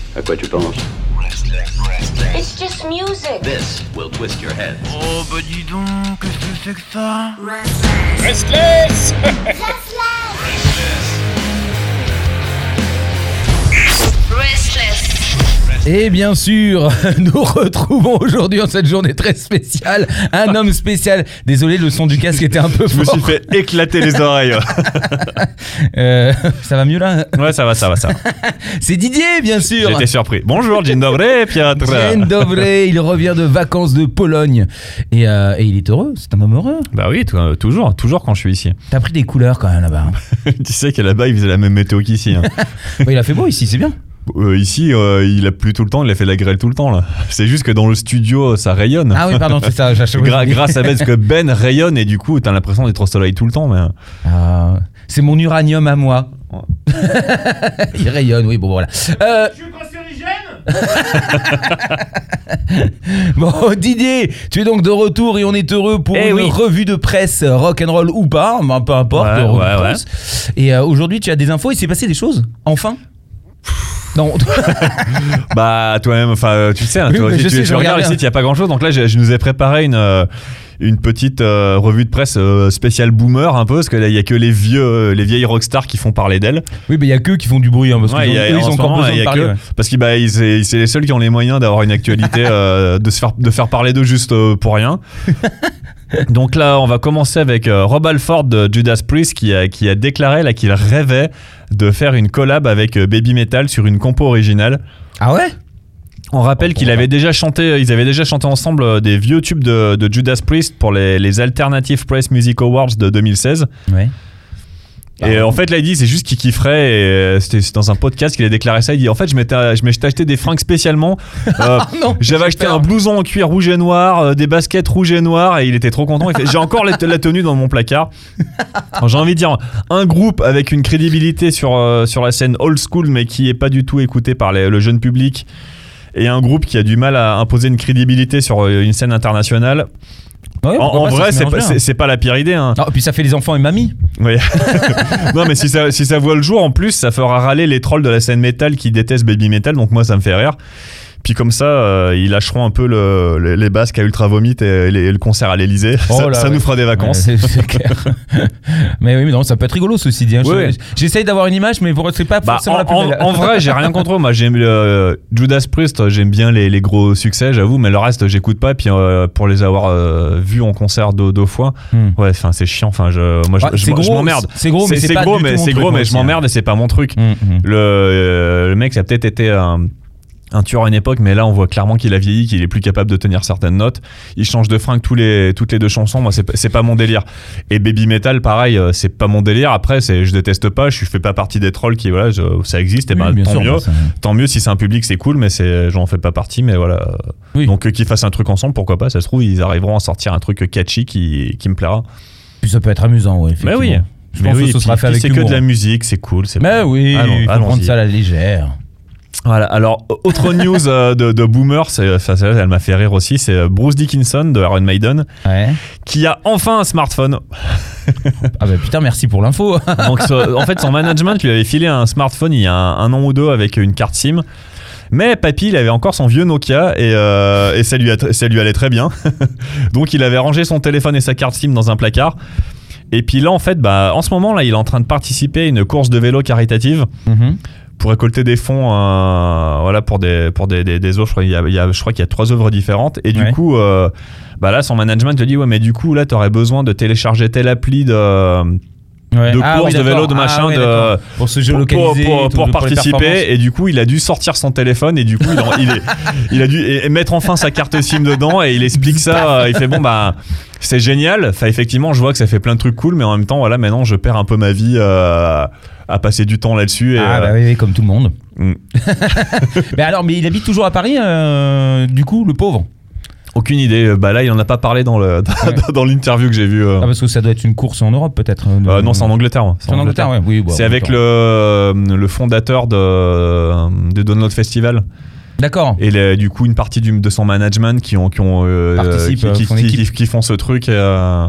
À quoi tu penses? It's just music. This will twist your head. Oh bah dis donc, qu'est-ce que c'est que ça? Restless. Restless. Et bien sûr, nous retrouvons aujourd'hui en cette journée très spéciale un homme spécial. Désolé, le son du casque était un peu fort. Je me suis fait éclater les oreilles. Ça va mieux là? Ouais, ça va. C'est Didier, bien sûr. J'étais surpris. Bonjour, dzień dobry, Piotr. Dzień dobry, il revient de vacances de Pologne. Et il est heureux, c'est un homme heureux. Bah oui, toujours quand je suis ici. T'as pris des couleurs quand même là-bas. Tu sais qu'à là-bas, il faisait la même météo qu'ici. Hein. Il a fait beau ici, c'est bien. Ici, il a plu tout le temps, il a fait la grêle tout le temps là. C'est juste que dans le studio, ça rayonne. Ah oui, pardon, c'est ça. Grâce à Ben, parce que Ben rayonne et du coup, t'as l'impression d'être au soleil tout le temps. Mais... c'est mon uranium à moi. Il rayonne, oui, bon voilà. Je suis cancérigène. Bon, Didier, tu es donc de retour et on est heureux pour une revue de presse rock'n'roll ou pas, peu importe. Ouais. Et aujourd'hui, tu as des infos, il s'est passé des choses, enfin. Non. Bah toi-même, enfin tu sais, hein, tu regardes ici, il n'y a pas grand-chose. Donc là, je nous ai préparé une petite revue de presse spéciale boomer un peu, parce que là il y a que les vieilles rockstars qui font parler d'elles. Oui, mais il y a que qui font du bruit, hein, parce qu'ils ont encore besoin de parler. Parce que c'est les seuls qui ont les moyens d'avoir une actualité, de faire parler d'eux juste pour rien. Donc là, on va commencer avec Rob Halford de Judas Priest qui a déclaré là qu'il rêvait de faire une collab avec Baby Metal sur une compo originale. Ah ouais? On rappelle qu'ils avaient déjà chanté ensemble des vieux tubes de Judas Priest pour les Alternative Press Music Awards de 2016. Ouais. Et en fait là il dit c'est juste qu'il kifferait, et c'était dans un podcast qu'il a déclaré ça. Il dit en fait je m'étais acheté des fringues spécialement. J'avais acheté un blouson en cuir rouge et noir, des baskets rouges et noires, et il était trop content. Il fait, j'ai encore la tenue dans mon placard. Alors, j'ai envie de dire un groupe avec une crédibilité sur la scène old school mais qui est pas du tout écouté par le jeune public, et un groupe qui a du mal à imposer une crédibilité sur une scène internationale. Ouais, en vrai, c'est pas la pire idée. Hein. Non, et puis ça fait les enfants et mamie. Oui. Non, mais si ça voit le jour, en plus, ça fera râler les trolls de la scène métal qui détestent Baby Metal. Donc moi, ça me fait rire. Puis comme ça, ils lâcheront un peu les basques à Ultra Vomit et le concert à l'Elysée. Ça nous fera des vacances. Ouais, c'est clair. Mais oui, mais non, ça peut être rigolo ceci dit. Hein. Ouais. J'essaye d'avoir une image, mais c'est pas forcément la plus belle. En vrai, j'ai rien contre eux. Moi, j'aime Judas Priest, j'aime bien les gros succès, j'avoue, mais le reste, j'écoute pas. Et puis pour les avoir vus en concert deux fois, ouais, enfin, c'est chiant. Enfin, je m'emmerde. C'est gros, mais je m'emmerde et c'est pas mon truc. Le mec, ça a peut-être été un tueur à une époque, mais là on voit clairement qu'il a vieilli, qu'il est plus capable de tenir certaines notes. Il change de fringue toutes les deux chansons. Moi c'est pas mon délire. Et Baby Metal pareil, c'est pas mon délire. Après je déteste pas, je fais pas partie des trolls qui voilà, ça existe, et tant mieux si c'est un public, c'est cool, mais j'en fais pas partie, mais voilà. Oui. Donc qu'ils fassent un truc ensemble, pourquoi pas, ça se trouve ils arriveront à sortir un truc catchy qui me plaira. Puis ça peut être amusant, ouais, effectivement. Mais oui. Je pense que ce sera fait avec humour. C'est que de la musique, c'est cool, c'est mais oui, il faut prendre ça à la légère. Voilà, alors autre news de Boomer, elle m'a fait rire aussi, c'est Bruce Dickinson de Iron Maiden, qui a enfin un smartphone. Ah bah putain, merci pour l'info. Donc en fait son management lui avait filé un smartphone il y a un an ou deux avec une carte SIM. Mais papy, il avait encore son vieux Nokia et ça lui allait très bien. Donc il avait rangé son téléphone et sa carte SIM dans un placard. Et puis là en fait, en ce moment là, il est en train de participer à une course de vélo caritative. Pour récolter des fonds voilà, pour des œuvres. Je crois qu'il y a 3 œuvres différentes. Et du coup, là, son management te dit ouais, mais du coup, là, t'aurais besoin de télécharger telle appli de course, de vélo, de machin, pour se géolocaliser, pour participer. Et du coup, il a dû sortir son téléphone et du coup, il a dû mettre enfin sa carte SIM dedans et il explique ça. Il fait c'est génial. Enfin, effectivement, je vois que ça fait plein de trucs cool, mais en même temps, voilà, maintenant, je perds un peu ma vie à passer du temps là-dessus. Oui, comme tout le monde. Mais il habite toujours à Paris, du coup, le pauvre. Aucune idée. Là, il en a pas parlé dans l'interview que j'ai vue. Parce que ça doit être une course en Europe, peut-être. Non, c'est en Angleterre. C'est en Angleterre, ouais. Oui, c'est avec le fondateur de Download Festival. D'accord. Et du coup, une partie de son management qui font ce truc.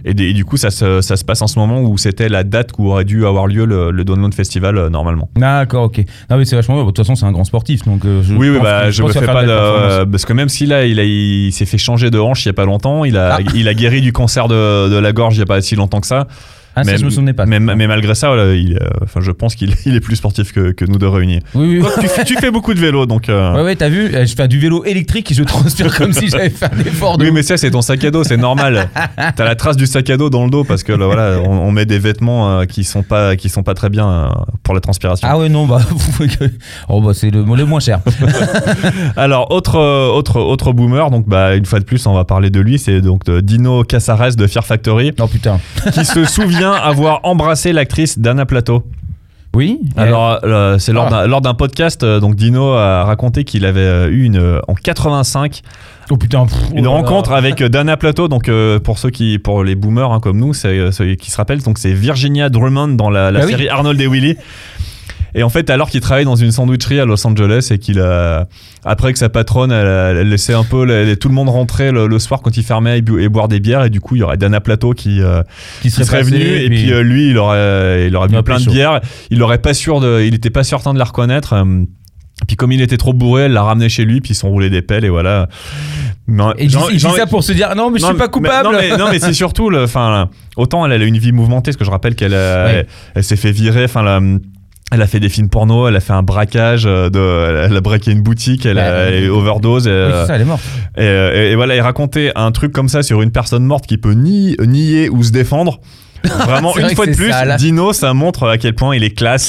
Et du coup, ça se passe en ce moment où c'était la date où aurait dû avoir lieu le Download Festival normalement. D'accord, ok. Non, mais c'est vachement bien. De toute façon, c'est un grand sportif. Donc, je me fais pas de. Parce que même si là, il s'est fait changer de hanche il y a pas longtemps, il a guéri du cancer de la gorge il y a pas si longtemps que ça. Ah, ça, je me souvenais pas. Mais malgré ça, voilà, je pense qu'il est plus sportif que nous deux réunis. Oui. Toi, tu fais beaucoup de vélo, donc. Ouais, t'as vu, je fais du vélo électrique et je transpire comme si j'avais fait un effort. Oui, mais ça, c'est ton sac à dos, c'est normal. T'as la trace du sac à dos dans le dos parce que là, voilà, on met des vêtements qui sont pas très bien pour la transpiration. Ah ouais, non, c'est le moins cher. Alors, autre boomer, donc une fois de plus, on va parler de lui, c'est donc Dino Casares de Fear Factory. Oh putain. Qui se souvient avoir embrassé l'actrice Dana Plato. Oui. Alors, c'est lors d'un podcast, donc Dino a raconté qu'il avait eu en 85 une rencontre avec Dana Plato. Donc, pour les boomers pour les boomers ceux qui se rappellent, donc c'est Virginia Drummond dans la série Arnold et Willy. Et en fait, alors qu'il travaillait dans une sandwicherie à Los Angeles et après que sa patronne, elle laissait un peu tout le monde rentrer le soir quand il fermait et boire des bières. Et du coup, il y aurait Dana Plato qui serait venu. Et puis lui, il aurait bu plein de bières. Il était pas certain de la reconnaître. Puis comme il était trop bourré, elle l'a ramené chez lui. Puis ils sont roulés des pelles et voilà. Et il dit ça pour se dire non, mais je suis pas coupable. Non, mais c'est surtout autant elle a une vie mouvementée, parce que je rappelle qu'elle s'est fait virer. Elle a fait des films porno, elle a fait un braquage, elle a braqué une boutique, elle a overdose. Oui, c'est ça, elle est morte. Et voilà, et raconter un truc comme ça sur une personne morte qui peut nier ou se défendre. Vraiment, une fois de plus, Dino, ça montre à quel point il est classe.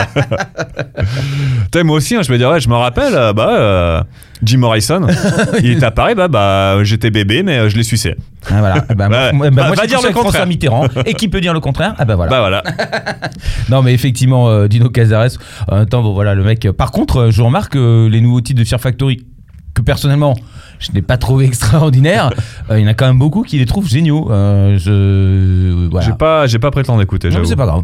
Moi aussi, je me dis, je me rappelle, Jim Morrison, il était à Paris, j'étais bébé, mais je l'ai sucé. Ah, voilà. Moi, va dire le contraire. François Mitterrand. Et qui peut dire le contraire ? Voilà. Non, mais effectivement, Dino Casares, en même temps, voilà, le mec. Par contre, je remarque les nouveaux titres de Fear Factory, que personnellement, je n'ai pas trouvé extraordinaire. Il y en a quand même beaucoup qui les trouvent géniaux. Voilà. J'ai pas pris le temps d'écouter. Non, mais c'est pas grave.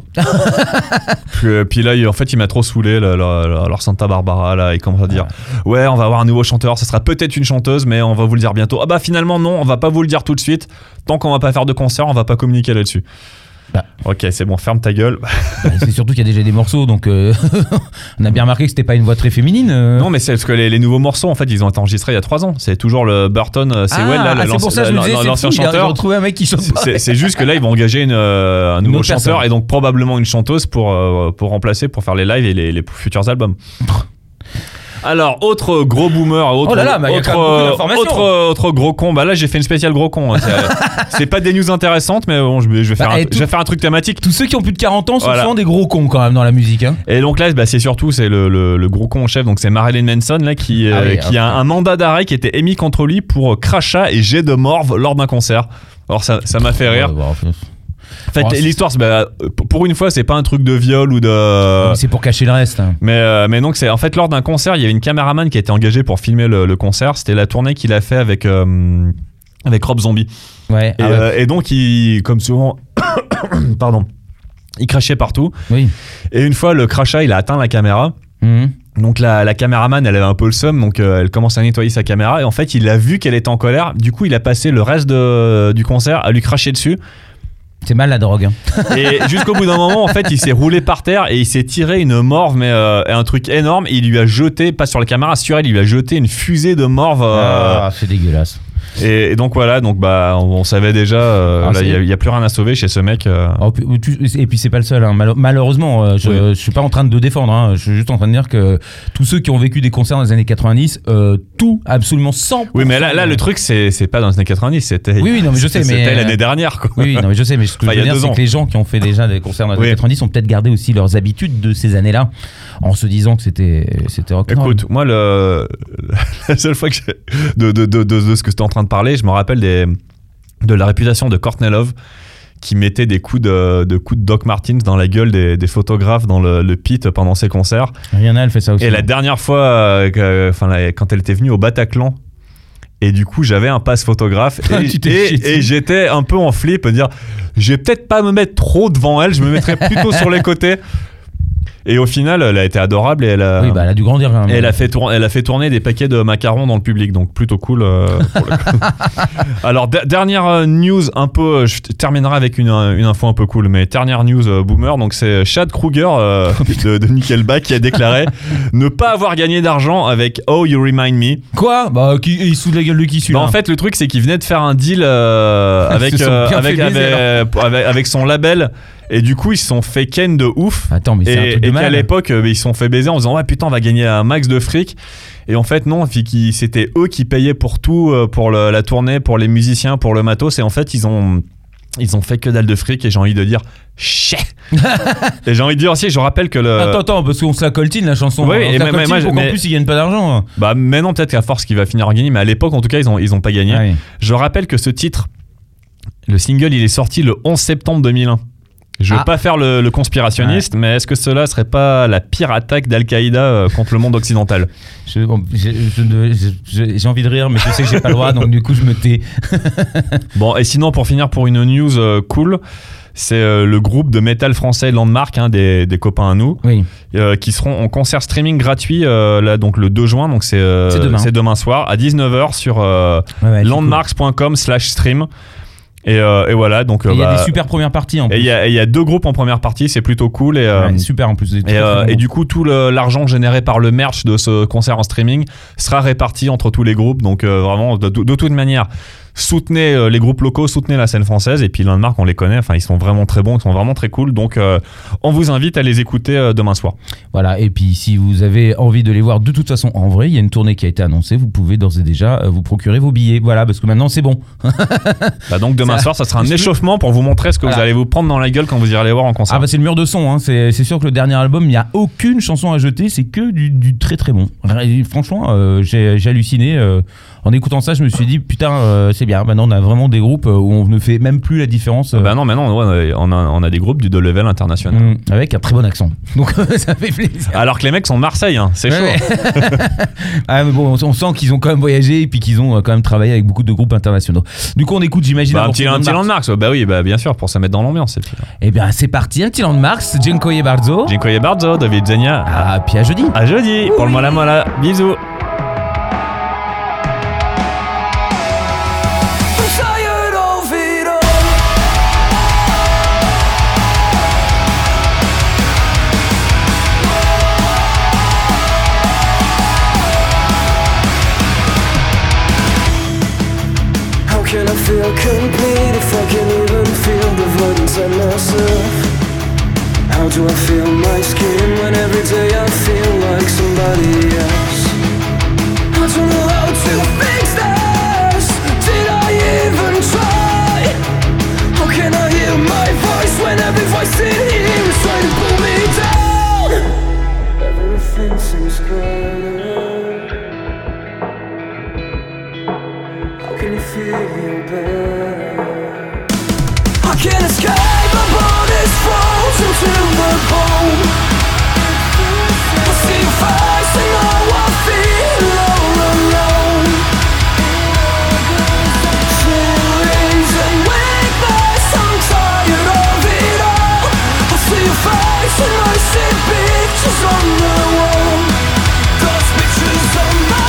puis là, en fait, il m'a trop saoulé. Alors Santa Barbara, là, il commence à dire ouais, on va avoir un nouveau chanteur. Ça sera peut-être une chanteuse, mais on va vous le dire bientôt. finalement non, on va pas vous le dire tout de suite. Tant qu'on va pas faire de concert, on va pas communiquer là-dessus. Ok, c'est bon, ferme ta gueule. C'est surtout qu'il y a déjà des morceaux, donc on a bien remarqué que c'était pas une voix très féminine. Non, mais c'est parce que les nouveaux morceaux, en fait, ils ont été enregistrés il y a 3 ans. C'est toujours le Burton Sewell, l'ancien chanteur. Ils ont retrouvé un mec qui chante pas. C'est juste que là, ils vont engager un nouveau chanteur et donc probablement une chanteuse pour remplacer, pour faire les lives et les futurs albums. Alors, autre gros boomer, autre gros con. Là, j'ai fait une spéciale gros con. C'est pas des news intéressantes, mais bon, je vais faire un truc thématique. Tous ceux qui ont plus de 40 ans sont souvent des gros cons quand même dans la musique. Hein. Et donc là, c'est surtout le gros con en chef. Donc c'est Marilyn Manson là qui a un mandat d'arrêt qui était émis contre lui pour crachat et jet de morve lors d'un concert. Alors ça m'a fait rire. En fait, l'histoire, pour une fois, c'est pas un truc de viol ou de. C'est pour cacher le reste. Mais donc, c'est en fait lors d'un concert, il y avait une caméraman qui a été engagée pour filmer le concert. C'était la tournée qu'il a fait avec Rob Zombie. Ouais. Et donc, comme souvent, pardon, il crachait partout. Oui. Et une fois, le crachat, il a atteint la caméra. Donc la caméraman, elle avait un peu le seum, donc elle commence à nettoyer sa caméra. Et en fait, il a vu qu'elle était en colère. Du coup, il a passé le reste du concert à lui cracher dessus. C'est mal la drogue. Et jusqu'au bout d'un moment, en fait, il s'est roulé par terre et il s'est tiré une morve, mais un truc énorme. Et il lui a jeté, pas sur la caméra, sur elle, il lui a jeté une fusée de morve. C'est dégueulasse. Et donc voilà, on savait déjà, il n'y a plus rien à sauver chez ce mec. Et puis c'est pas le seul, hein. Malheureusement, je suis pas en train de le défendre, hein. Je suis juste en train de dire que tous ceux qui ont vécu des concerts dans les années 90, tout, absolument 100%. Oui, mais là le truc, c'est pas dans les années 90, c'était. Oui, non, mais je sais, c'était l'année dernière, quoi. Oui, non, mais je sais, mais ce que je veux dire, c'est que les gens qui ont fait déjà des concerts dans les années 90 ont peut-être gardé aussi leurs habitudes de ces années-là, en se disant que c'était rock'n'roll. Écoute, moi, la seule fois que de ce que tu es en train de parler, je me rappelle de la réputation de Courtney Love qui mettait des coups de Doc Martens dans la gueule des photographes dans le pit pendant ses concerts. Rihanna, elle fait ça aussi. Et la dernière fois, quand elle était venue au Bataclan, et du coup j'avais un passe photographe et j'étais un peu en flip, dire je vais peut-être pas me mettre trop devant elle, je me mettrais plutôt sur les côtés. Et au final, elle a été adorable et elle a, Oui, bah, elle a dû grandir quand même. elle a fait tourner des paquets de macarons dans le public, donc plutôt cool. Pour le coup. Alors, dernière news un peu, je terminerai avec une info un peu cool, mais dernière news boomer, donc c'est Chad Kroeger de Nickelback qui a déclaré ne pas avoir gagné d'argent avec Oh You Remind Me. Quoi ? Bah, il se fout de la gueule de qui celui-là ? Bah, en fait, le truc, c'est qu'il venait de faire un deal avec son label. Et du coup, ils se sont fait ken de ouf. Attends, mais c'est un truc de et qu'à malade. l'époque, ils se sont fait baiser en disant ouais, putain, on va gagner un max de fric. Et en fait, non, c'était eux qui payaient pour tout, pour la tournée, pour les musiciens, pour le matos. Et en fait, ils ont fait que dalle de fric. Et j'ai envie de dire chais. Et j'ai envie de dire aussi, je rappelle que le. Attends, parce qu'on se la coltine la chanson. Oui, on se la coltine pour qu'en plus ils gagnent pas d'argent. Bah, maintenant, peut-être qu'à force, qu'il va finir en gagner. Mais à l'époque, en tout cas, ils ont pas gagné. Ah oui. Je rappelle que ce titre, le single, il est sorti le 11 septembre 2001. Je veux pas faire le conspirationniste, mais est-ce que cela serait pas la pire attaque d'Al-Qaïda contre le monde occidental ? J'ai envie de rire, mais je sais que j'ai pas le droit, donc du coup je me tais. Bon, et sinon, pour finir, pour une news cool, c'est le groupe de métal français Landmark, des copains à nous, Oui. qui seront en concert streaming gratuit là, donc le 2 juin, donc c'est demain soir à 19h sur landmarks.com/stream. Et voilà, donc il y a des super premières parties en plus. Et il y a 2 groupes en première partie, c'est plutôt cool. Super en plus. Et du coup, tout l'argent généré par le merch de ce concert en streaming sera réparti entre tous les groupes. Donc vraiment, de toute manière, soutenez les groupes locaux, soutenez la scène française. Et puis Landmark, on les connaît, enfin ils sont vraiment très bons, ils sont vraiment très cool. Donc on vous invite à les écouter demain soir. Voilà, et puis si vous avez envie de les voir de toute façon en vrai, il y a une tournée qui a été annoncée, vous pouvez d'ores et déjà vous procurer vos billets. Voilà, parce que maintenant c'est bon. Bah donc demain soir, ça sera un échauffement pour vous montrer ce que vous allez vous prendre dans la gueule quand vous irez les voir en concert. Ah bah c'est le mur de son, hein. C'est sûr que le dernier album, il n'y a aucune chanson à jeter, c'est que du très très bon. Franchement, j'ai halluciné. En écoutant ça, je me suis dit putain, c'est bien. Maintenant, on a vraiment des groupes où on ne fait même plus la différence. Bah non, maintenant, on a des groupes de level international. Avec un très bon accent. Donc ça fait plaisir. Alors que les mecs sont de Marseille, hein, c'est chaud. Ah mais bon, on sent qu'ils ont quand même voyagé et puis qu'ils ont quand même travaillé avec beaucoup de groupes internationaux. Du coup, on écoute, j'imagine. Un petit Landmarks. Bah oui, bah bien sûr, pour se mettre dans l'ambiance. Eh bien, c'est parti, un petit Landmarks. Dziękuję bardzo. Dziękuję bardzo, David Zenia. Ah, puis à jeudi. À jeudi, pour le mola mola. Bisous. Can I feel complete if I can even feel the void inside myself? How do I feel my skin when every day I feel like somebody else? I don't know how to fix this. Did I even try? How can I hear my voice when every voice in here is trying to pull me down? Everything seems clear. Can you feel better? I can't escape, my body's frozen to the bone. I see your face and now I feel all alone. Feelings and weakness, I'm tired of it all. I see your face and I see pictures on the wall. Those pictures on my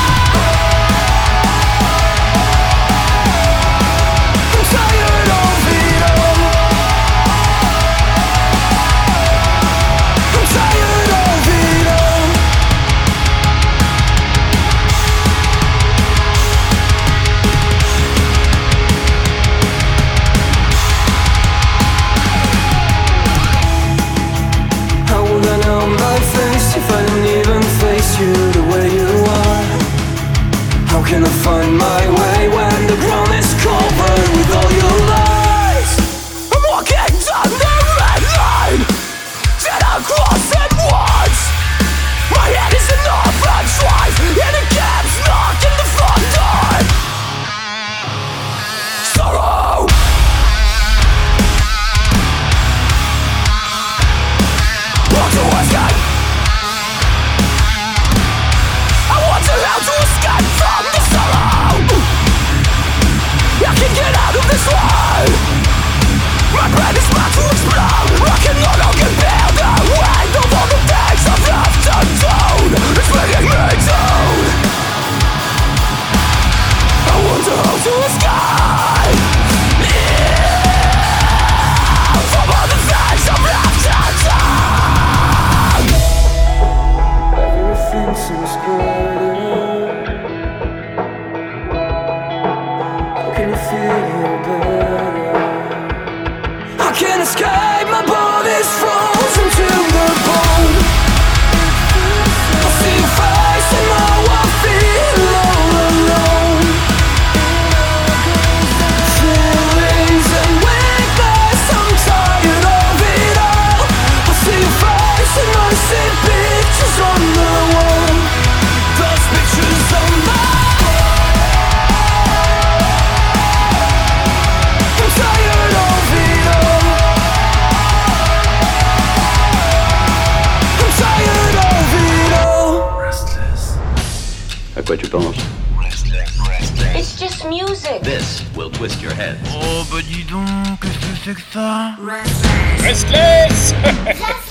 if I quoi tu penses? It's just music. This will twist your head. Oh bah dis donc, qu'est-ce que c'est que ça? Restless